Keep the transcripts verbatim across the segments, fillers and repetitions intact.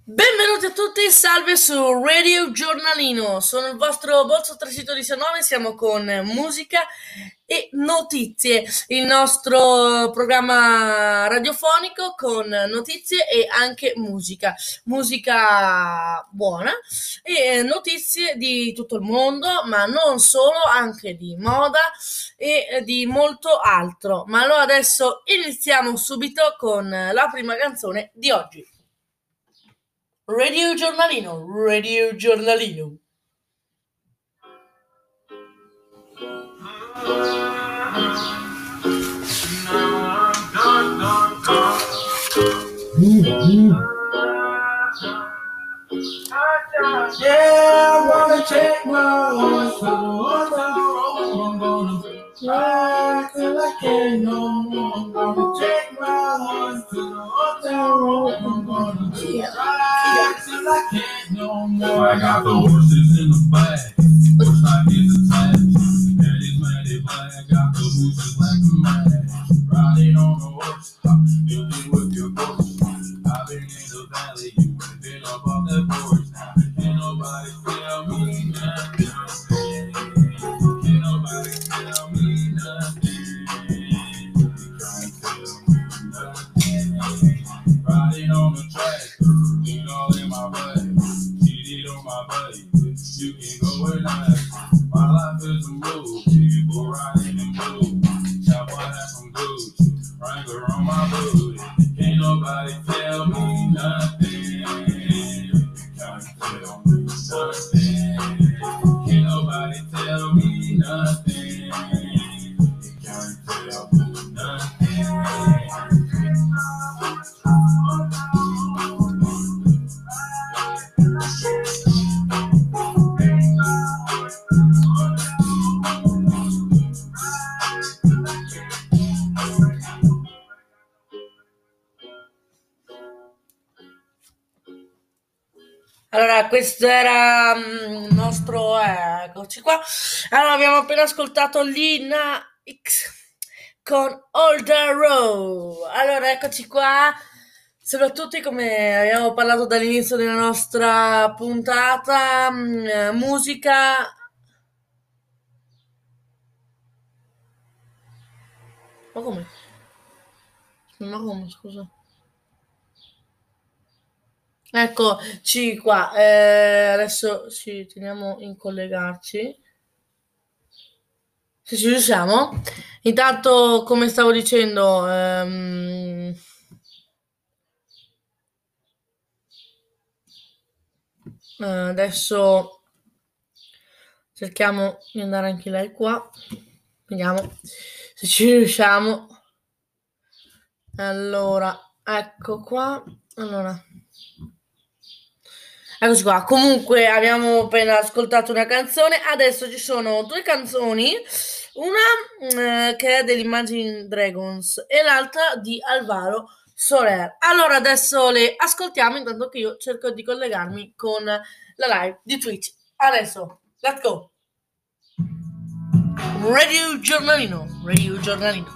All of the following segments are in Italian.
Benvenuti a tutti, salve su Radio Giornalino, sono il vostro Bolzo trecentodiciannove, siamo con musica e notizie, il nostro programma radiofonico con notizie e anche musica, musica buona e notizie di tutto il mondo, ma non solo, anche di moda e di molto altro. Ma allora adesso iniziamo subito con la prima canzone di oggi. Radio Giornalino, Radio Giornalino. Yeah, I'm gonna take my horse to the hotel. I'm gonna ride till I can't no more. I'm gonna take my horse to the hotel room. I'm gonna ride till I can't no more. I got the horses in the back, horse stock is attached. And it's mad they black, got the horses like a man. Riding on the horse, you can whip your horse. I've been in the valley, you can been up off that porch now. Can't nobody tell me nothing. Can't nobody tell me nothing. Can't tell me nothing. Riding on the track, lean all in my butt. Cheated on my buddy, you can go and ask. My life is a move, people riding and move. Chopper has some Gucci, Wrangler on my booty. Can't nobody tell me nothing. Can't tell me nothing. Can't nobody tell me nothing. Can't tell me nothing. Allora, questo era mm, il nostro, eh, eccoci qua. Allora, abbiamo appena ascoltato Lina X con All the Row. Allora, eccoci qua. Salve a tutti, come abbiamo parlato dall'inizio della nostra puntata, mm, eh, musica. Ma come? Ma come, scusa? Eccoci qua, eh, adesso ci teniamo in collegarci, se ci riusciamo. Intanto, come stavo dicendo, ehm, eh, adesso cerchiamo di andare anche lei qua, vediamo se ci riusciamo. Allora, ecco qua, allora... Eccoci qua, comunque abbiamo appena ascoltato una canzone, adesso ci sono due canzoni, una eh, che è dell'Imagine Dragons e l'altra di Alvaro Soler. Allora adesso le ascoltiamo intanto che io cerco di collegarmi con la live di Twitch. Adesso, let's go! Radio Giornalino, Radio Giornalino.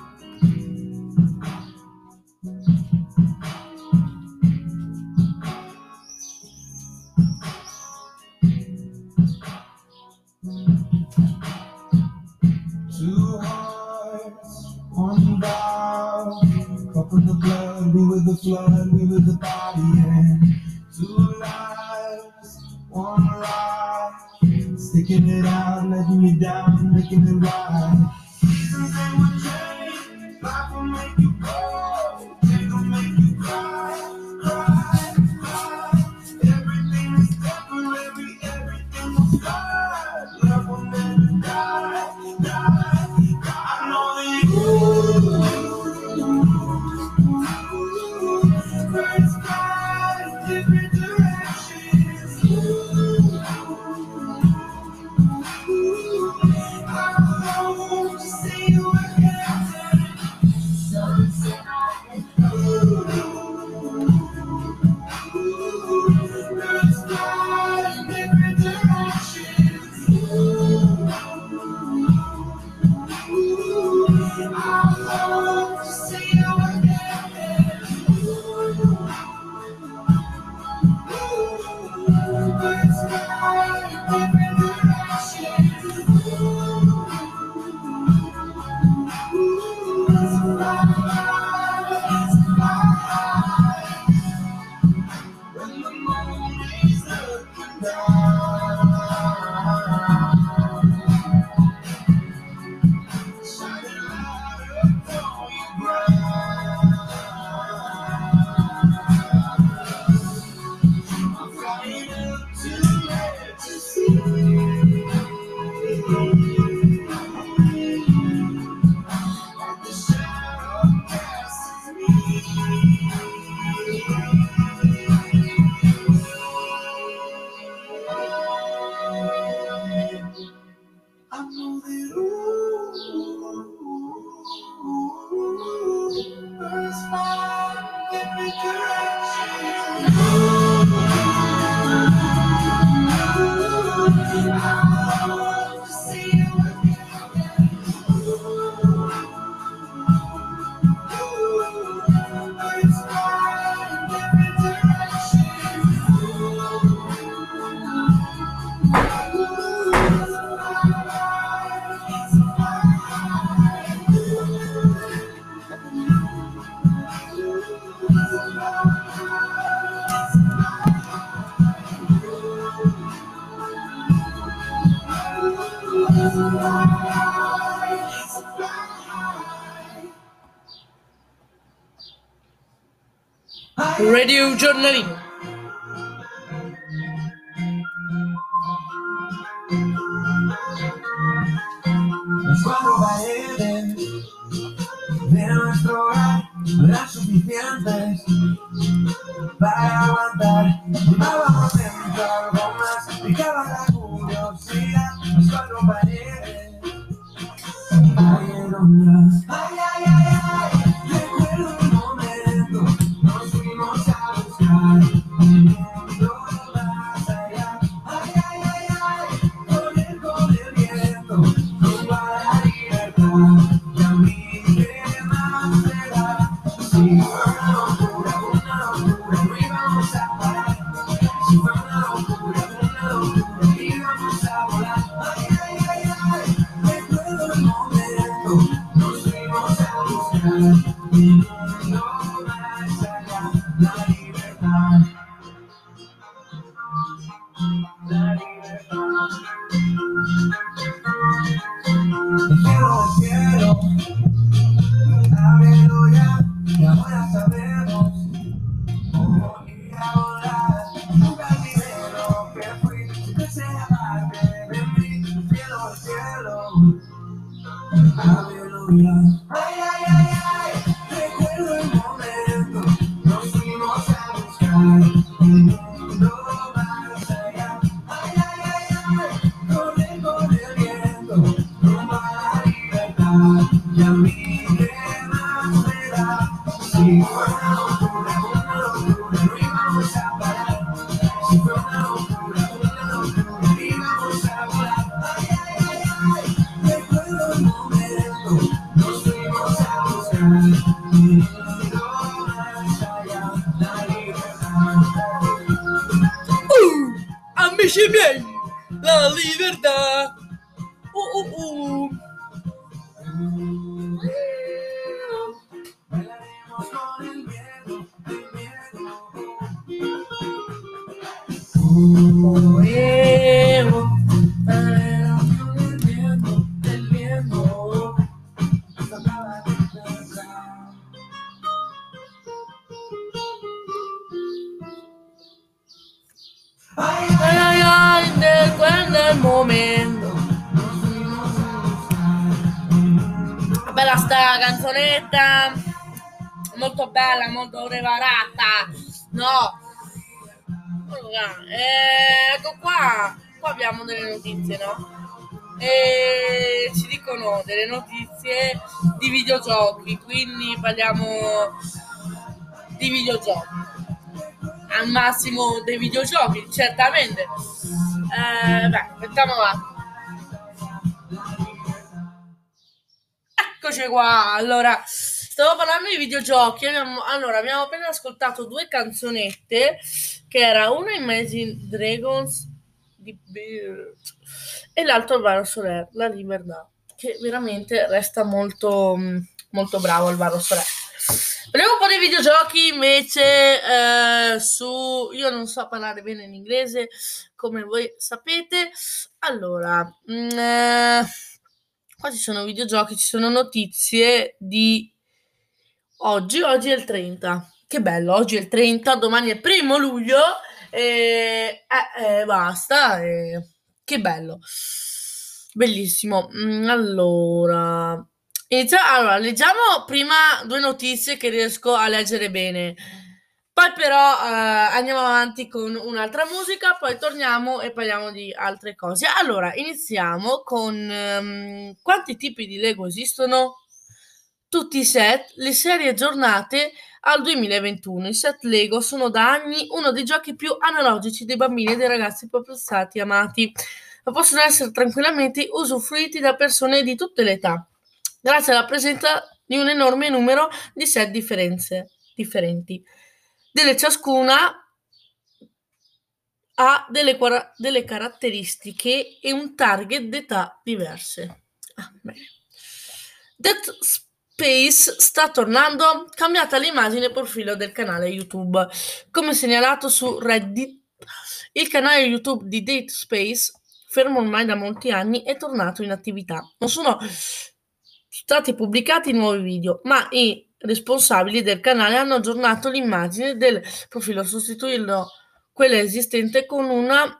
Two hearts, one vow. Cup of the blood, we were the flood, we were the body, and two lives, one life. Sticking it out, letting you down, making it right. Seasons they will change, life will make you go, they gon' make you cry, cry, cry. Everything is temporary, everything will start. Love will never die, die. I know that you, birds fly different directions. I know Radio Giornalino. Cuando baile de nuestro hogar no eran suficientes para aguantar. Llamábamos dentro algo más, picaba la curiosidad. Las cuatro paredes cayeron ya. Ay, ay, ay, ay, recuerdo un momento, nos fuimos a buscar un mundo más allá. Ay, ay, ay, ay, correr con el viento, rumbo a la libertad. Y a mí qué más me da, si fue una locura, una locura, no íbamos a parar. Si fue una locura, una locura, íbamos a volar. Ay, ay, ay, ay, recuerdo el momento, nos fuimos a buscar un mundo más allá. La libertad, la libertad. El cielo, el cielo, ábrelo ya, y ahora sabemos cómo ir a volar. Nunca olvidé lo que fui, siempre será parte de mí. El cielo, el cielo, ábrelo ya. Ay, ay, ay, ay, recuerdo el momento, nos fuimos a buscar un mundo más allá. Ay, ay, ay, ay, correr con el viento, rumbo a la libertad. Y a mí qué más me da, si fue una locura, una locura, no íbamos a parar. Si fue una locura, una locura, íbamos a volar. Ay, ay, ay, ay, recuerdo el momento, nos fuimos a buscar un mundo más allá. La libertad. Uh, amici miei, la libertà. Uh, uh, uh. Bailaremos con el miedo, el miedo. Oh, eh, oh. Bailaremos con el miedo, el miedo. Hasta la libertad. Ay, ay, Ay, ay, ay, de quel momento. nos fuimos a buscar un mundo. Bella sta canzonetta, molto bella, molto preparata. No, allora, eh, ecco qua, qua abbiamo delle notizie, no? E ci dicono delle notizie di videogiochi, quindi parliamo di videogiochi. Al massimo dei videogiochi, certamente. Eh, beh, mettiamo avanti. Eccoci qua. Allora, stavo parlando di videogiochi. Abbiamo, allora, abbiamo appena ascoltato due canzonette, che era una Imagine Dragons di Bird e l'altro Alvaro Soler, La Libertà, che veramente resta molto, molto bravo Alvaro Soler. Parliamo un po' dei videogiochi invece, eh, su... Io non so parlare bene in inglese, come voi sapete. Allora, mm, eh, qua ci sono videogiochi, ci sono notizie di oggi. Oggi è il trenta. Che bello, oggi è il trenta, domani è il primo luglio. E eh, eh, basta. eh, Che bello. Bellissimo. Mm, allora... Inizia- allora, leggiamo prima due notizie che riesco a leggere bene. Poi però eh, andiamo avanti con un'altra musica, poi torniamo e parliamo di altre cose. Allora, iniziamo con ehm, quanti tipi di Lego esistono? Tutti i set, le serie aggiornate al duemilaventuno. I set Lego sono da anni uno dei giochi più analogici dei bambini e dei ragazzi più apprezzati e amati, ma possono essere tranquillamente usufruiti da persone di tutte le età, grazie alla presenza di un enorme numero di set differenze, differenti. Delle ciascuna ha delle, quara- delle caratteristiche e un target d'età diverse. Ah, bene. Dead Space sta tornando, cambiata l'immagine profilo del canale YouTube. Come segnalato su Reddit, il canale YouTube di Dead Space, fermo ormai da molti anni, è tornato in attività. Non sono stati pubblicati nuovi video, ma i responsabili del canale hanno aggiornato l'immagine del profilo, sostituendo quella esistente con una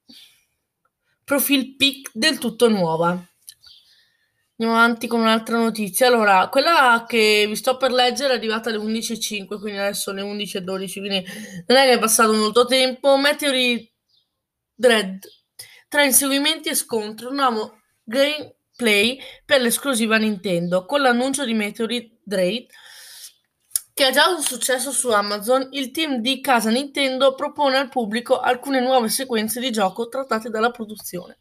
profile pic del tutto nuova. Andiamo avanti con un'altra notizia. Allora, quella che vi sto per leggere è arrivata alle undici e cinque, quindi adesso sono le undici e dodici, quindi non è che è passato molto tempo. Meteor Dread. Tra inseguimenti e scontri, un nuovo gameplay per l'esclusiva Nintendo. Con l'annuncio di Meteor Dread, che ha già un successo su Amazon, il team di casa Nintendo propone al pubblico alcune nuove sequenze di gioco trattate dalla produzione.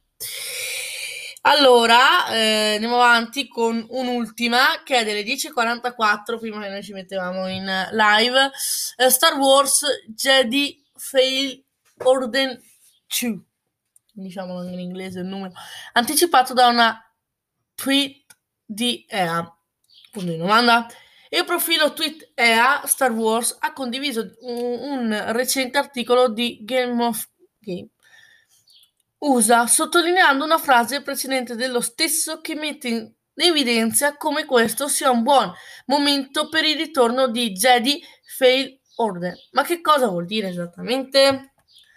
Allora, eh, andiamo avanti con un'ultima che è delle dieci e quarantaquattro, prima che noi ci mettevamo in live. eh, Star Wars Jedi Fallen Order due, diciamo in inglese il numero, anticipato da una tweet di E A. Punto di domanda. Il profilo tweet E A Star Wars ha condiviso un, un recente articolo di Game of Game U S A, sottolineando una frase precedente dello stesso che mette in evidenza come questo sia un buon momento per il ritorno di Jedi Fallen Order. Ma che cosa vuol dire esattamente?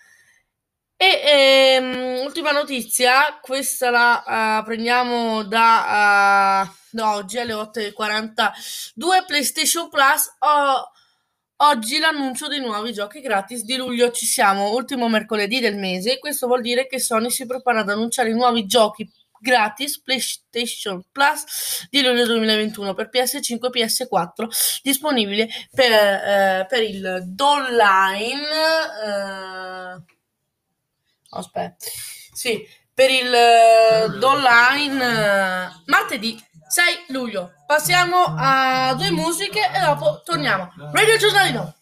E ehm, ultima notizia, questa la uh, prendiamo da, uh, da oggi alle otto e quarantadue. PlayStation Plus. Oh, oggi l'annuncio dei nuovi giochi gratis di luglio. Ci siamo, ultimo mercoledì del mese. Questo vuol dire che Sony si prepara ad annunciare i nuovi giochi gratis PlayStation Plus di luglio duemilaventuno per P S cinque e P S quattro, disponibile per, eh, per il Dolline. Eh, aspetta, sì, per il uh, Dolline uh, martedì sei luglio. Passiamo a due musiche e dopo torniamo. Radio Giornalino.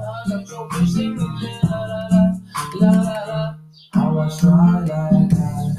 How I try like that.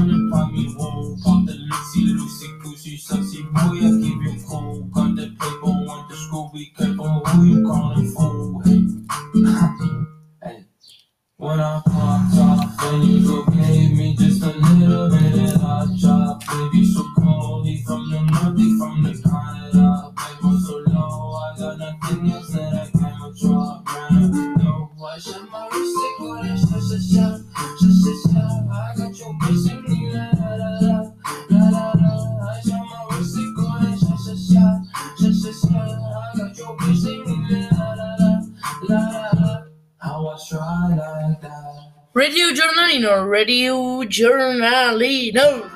and find me woo. Pop the Lucy, Lucy, Goosey, sexy boy, I keep you cool. Got the paper, went to school, be careful who you calling fool. Hey, hey. When I popped off and you go gave me just a little bit of hot chop. Baby, so cold, he from the north, he from the Canada. Baby, so low, I got nothing else that I can drop. No, I shut my wrist, go and shut, shut, shut, shut, shut, shut. I got your bitch singing la la la la la la. I shut my wrist, go and shut, shut, shut, shut, shut, shut. I got your bitch singing la la la la la la. How I try like that. Radio Giornalino, Radio Giornalino.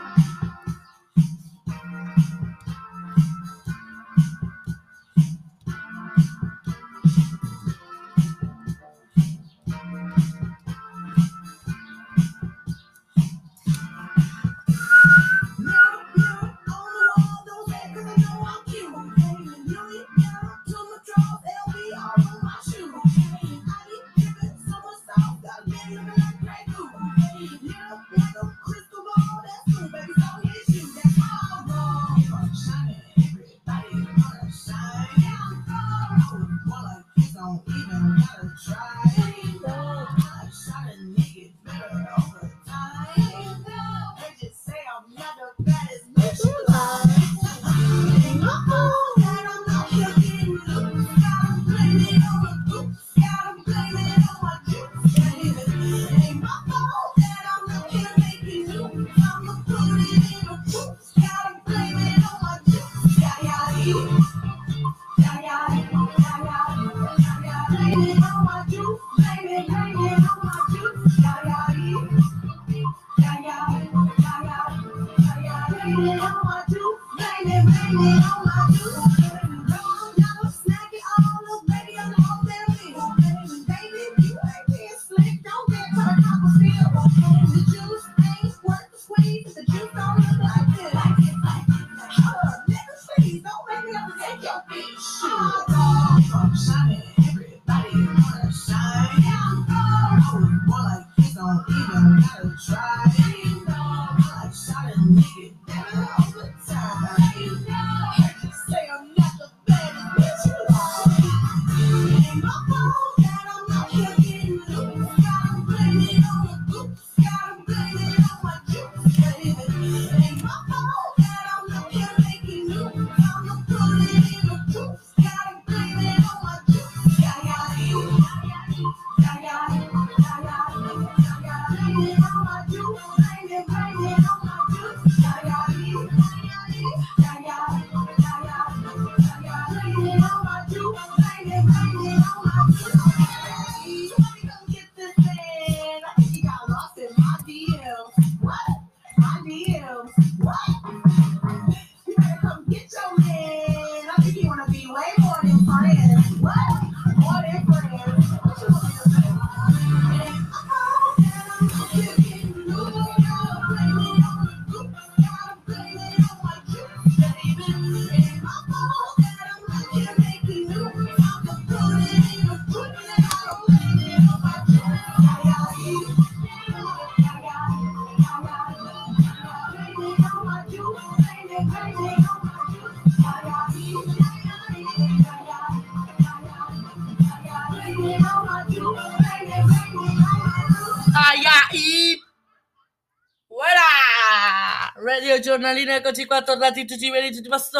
Radio Giornalino, eccoci qua, tornati tutti belli, tutti posto,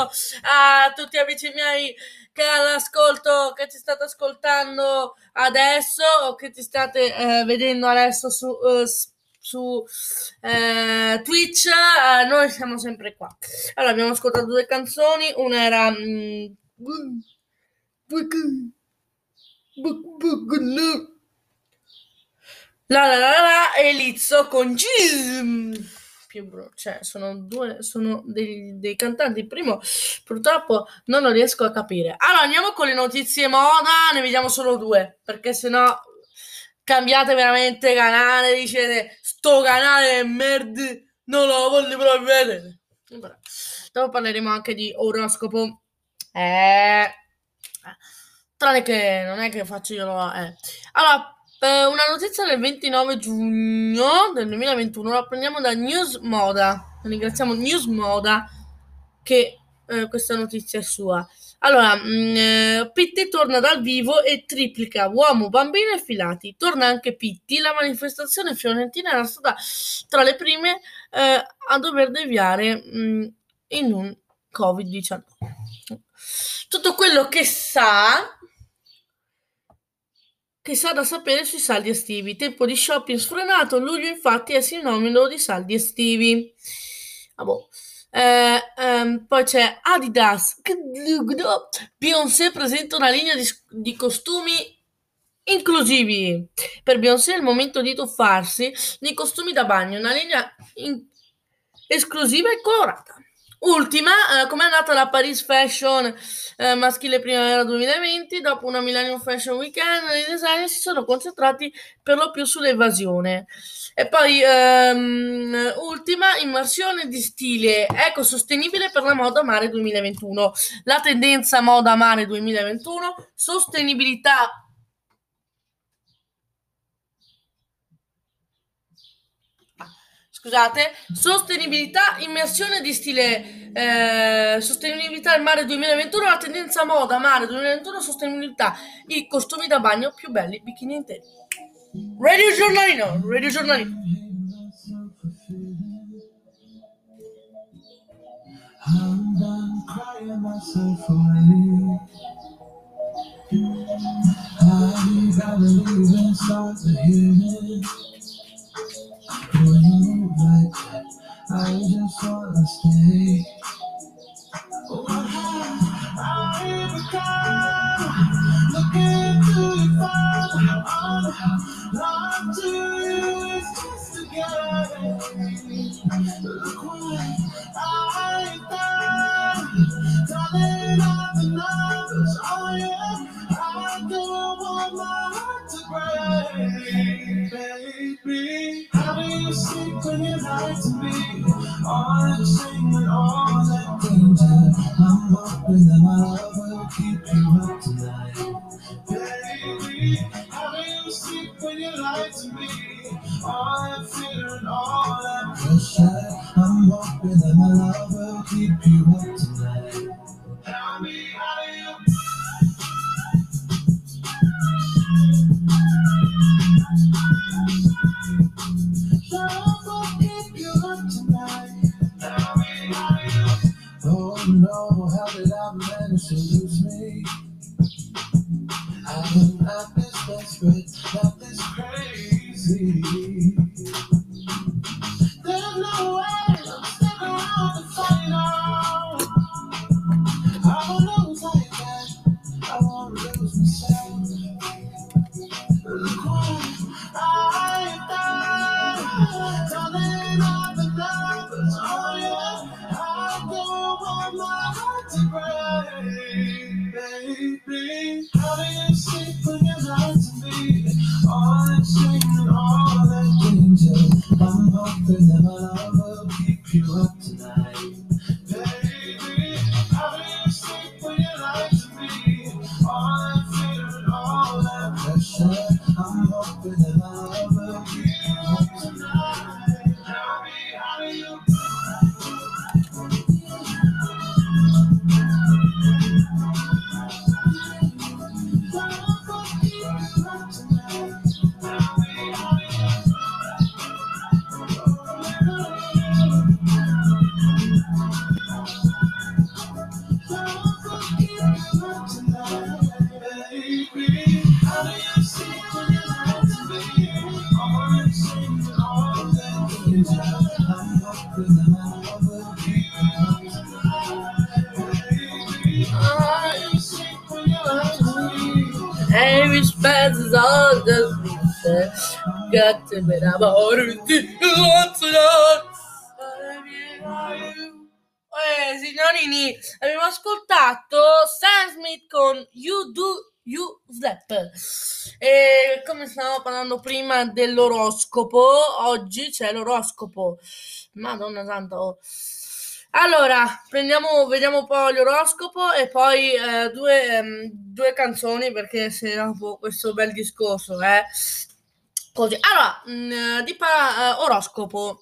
a tutti amici miei che all'ascolto, che ci state ascoltando adesso o che ci state eh, vedendo adesso su, uh, su eh, Twitch, eh, noi siamo sempre qua. Allora, abbiamo ascoltato due canzoni, una era mm, la la la la e Lizzo con Jim. Cioè, sono due, sono dei, dei cantanti. Il primo purtroppo non lo riesco a capire. Allora andiamo con le notizie moda, ne vediamo solo due, perché sennò cambiate veramente canale, dicete sto canale è merda, non lo voglio proprio vedere. Dopo parleremo anche di oroscopo, eh, tranne che non è che faccio io lo, eh. Allora Eh, una notizia del ventinove giugno del duemilaventuno, la prendiamo da News Moda. Ringraziamo News Moda che eh, questa notizia è sua. Allora, mh, eh, Pitti torna dal vivo e triplica uomo, bambino e filati. Torna anche Pitti. La manifestazione fiorentina era stata tra le prime eh, a dover deviare mh, in un covid diciannove. Tutto quello che sa che sa da sapere sui saldi estivi. Tempo di shopping sfrenato, luglio infatti è sinonimo di saldi estivi. Ah, boh. Eh, ehm, poi c'è Adidas. Beyoncé presenta una linea di, di costumi inclusivi. Per Beyoncé è il momento di tuffarsi nei costumi da bagno, una linea in- esclusiva e colorata. Ultima, eh, com'è andata la Paris Fashion eh, maschile primavera duemilaventi? Dopo una Millennium Fashion Weekend, i designer si sono concentrati per lo più sull'evasione. E poi, ehm, ultima, immersione di stile ecosostenibile per la moda mare duemilaventuno. La tendenza moda mare duemilaventuno, sostenibilità. Scusate, sostenibilità, immersione di stile, eh, sostenibilità il mare duemilaventuno, la tendenza moda mare duemilaventuno, sostenibilità, i costumi da bagno più belli, bikini interi. Radio Giornalino, Radio Giornalino. I'm done crying myself away. I gotta leave and start to hear it. When you move like that, I just wanna stay. Oh, I become looking to your father. Love to you is just to get. Look what I've done, darling, all the numbers. Oh yeah, I don't want my heart to break, baby. How do you sleep when you lie to me? All that singing, all that danger. I'm hoping that my love will keep you up tonight, baby. How do you sleep when you lie to me? All that fear and all that pressure. I'm hoping that my love will keep you up tonight. Tell me how do you love will keep you up tonight. Tell me how do you. Oh no, how did I manage to lose me? I am not this desperate, not this crazy. There's no way I'm sticking around to find out. I won't lose like that. I won't lose myself. Look what I've done, darling, all the numbers. Oh yeah, I don't want my heart to break, baby. How do you sleep when you lie to me? All that shame and all that danger. I'm hoping that my love will keep you up tonight, baby. How do you sleep when you lie to me? All that fear and all that pressure. I'm hoping that my love will keep you up tonight. Tell me how do you. Love will keep you up tonight. Tell me how do you. Love will keep you up tonight, baby. How do you see when you lie to me? All that shame and all that danger. I'm hoping that my love will keep you up tonight, baby. How do you see when you lie to me? Every space is all just me. Got to be the more Eh, signorini, abbiamo ascoltato Sam Smith con You Do You Slap. E come stavamo parlando prima dell'oroscopo, oggi c'è l'oroscopo. Madonna santa. Oh. Allora, prendiamo, vediamo un po' l'oroscopo e poi eh, due, ehm, due canzoni perché se dopo questo bel discorso, eh. così. Allora, mh, di pa- uh, oroscopo.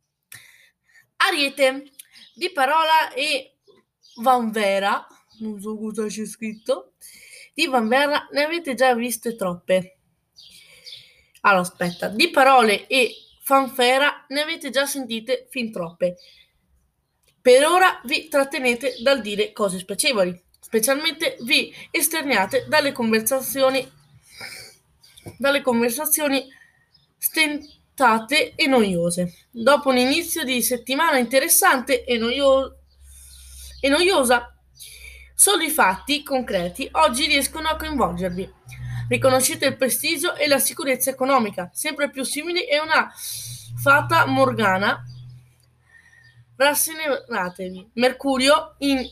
Ariete, di parola e vanvera, non so cosa c'è scritto, di vanvera ne avete già viste troppe. Allora, aspetta, di parole e fanfera ne avete già sentite fin troppe. Per ora vi trattenete dal dire cose spiacevoli, specialmente vi esterniate dalle conversazioni dalle conversazioni stentate e noiose. Dopo un inizio di settimana interessante e, noio- e noiosa, solo i fatti concreti oggi riescono a coinvolgervi. Riconoscete il prestigio e la sicurezza economica, sempre più simili a una fata morgana. Rasserenatevi. Mercurio in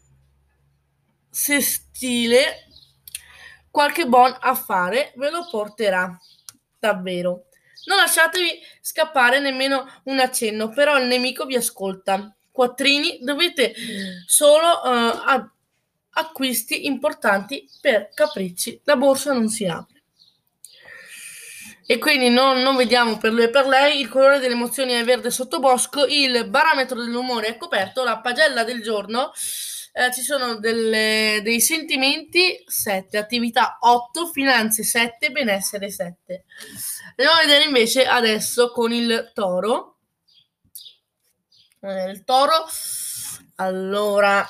sestile, qualche buon affare ve lo porterà davvero. Non lasciatevi scappare nemmeno un accenno, però il nemico vi ascolta. Quattrini, dovete solo eh, a- acquisti importanti per capricci. La borsa non si apre. E quindi non, non vediamo per lui e per lei. Il colore delle emozioni è verde sottobosco, il barometro dell'umore è coperto, la pagella del giorno, eh, ci sono delle- dei sentimenti sette, attività otto, finanze sette, benessere sette. Andiamo a vedere invece adesso con il toro. Eh, il toro, allora,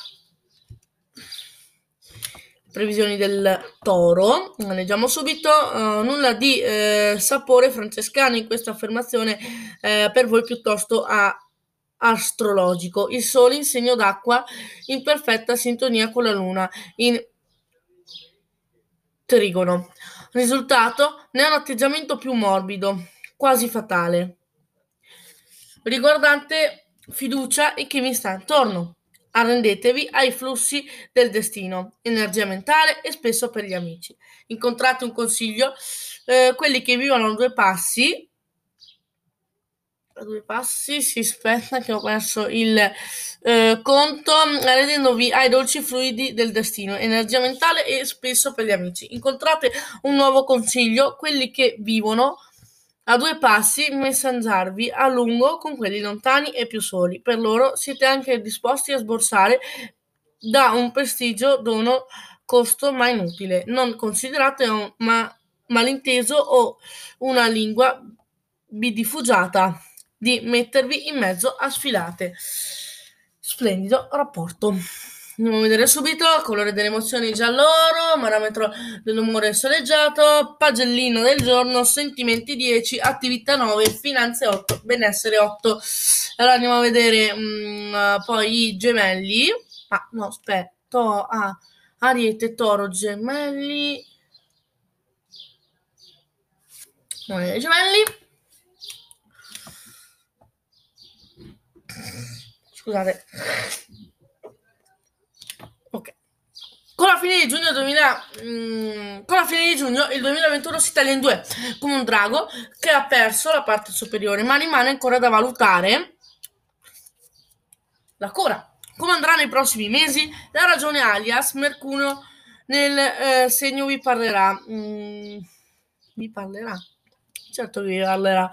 previsioni del toro, leggiamo subito. Uh, nulla di eh, sapore francescano in questa affermazione, eh, per voi piuttosto a astrologico. Il sole in segno d'acqua in perfetta sintonia con la luna in trigono. Risultato, ne ha un atteggiamento più morbido, quasi fatale, riguardante fiducia e chi vi sta intorno. Arrendetevi ai flussi del destino, energia mentale e spesso per gli amici. Incontrate un consiglio, eh, quelli che vivono a due passi, a due passi, si aspetta che ho perso il eh, conto, arrendendovi ai dolci fluidi del destino, energia mentale e spesso per gli amici. Incontrate un nuovo consiglio, quelli che vivono a due passi, messaggiarvi a lungo con quelli lontani e più soli. Per loro siete anche disposti a sborsare da un prestigio dono costo ma inutile. Non considerate un ma- malinteso o una lingua bidifugiata di mettervi in mezzo a sfilate. Splendido rapporto. Andiamo a vedere subito colore delle emozioni giallo-oro, barometro dell'umore soleggiato, pagellino del giorno, sentimenti dieci, attività nove, finanze otto, benessere otto. Allora andiamo a vedere mh, poi i gemelli. Ah, no, aspetta, ah, Ariete, Toro, gemelli. No, i gemelli. Scusate. Ok. Con la fine di giugno duemila, mm, con la fine di giugno il duemilaventuno si taglia in due, come un drago che ha perso la parte superiore, ma rimane ancora da valutare la coda. Come andrà nei prossimi mesi? La ragione alias Mercurio nel eh, segno vi parlerà. Mm, vi parlerà. Certo che vi parlerà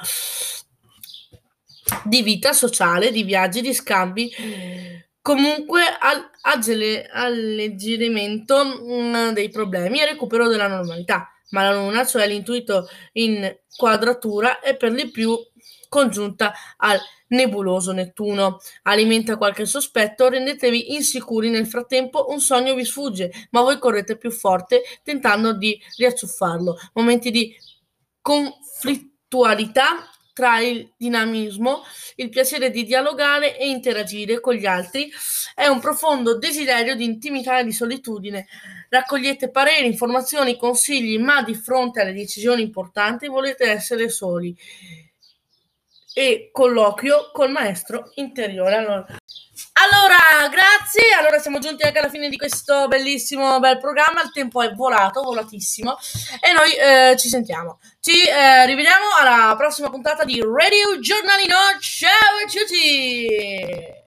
di vita sociale, di viaggi, di scambi, comunque al- aggele- alleggerimento mh, dei problemi e recupero della normalità. Ma la luna, cioè l'intuito in quadratura, è per di più congiunta al nebuloso Nettuno. Alimenta qualche sospetto, rendetevi insicuri, nel frattempo un sogno vi sfugge, ma voi correte più forte tentando di riacciuffarlo. Momenti di conflittualità tra il dinamismo, il piacere di dialogare e interagire con gli altri è un profondo desiderio di intimità e di solitudine. Raccogliete pareri, informazioni, consigli, ma di fronte alle decisioni importanti volete essere soli. E colloquio col maestro interiore. Allora, allora, grazie. Allora, siamo giunti anche alla fine di questo bellissimo bel programma. Il tempo è volato, volatissimo. E noi eh, ci sentiamo. Ci eh, rivediamo alla prossima puntata di Radio Giornalino. Ciao a tutti!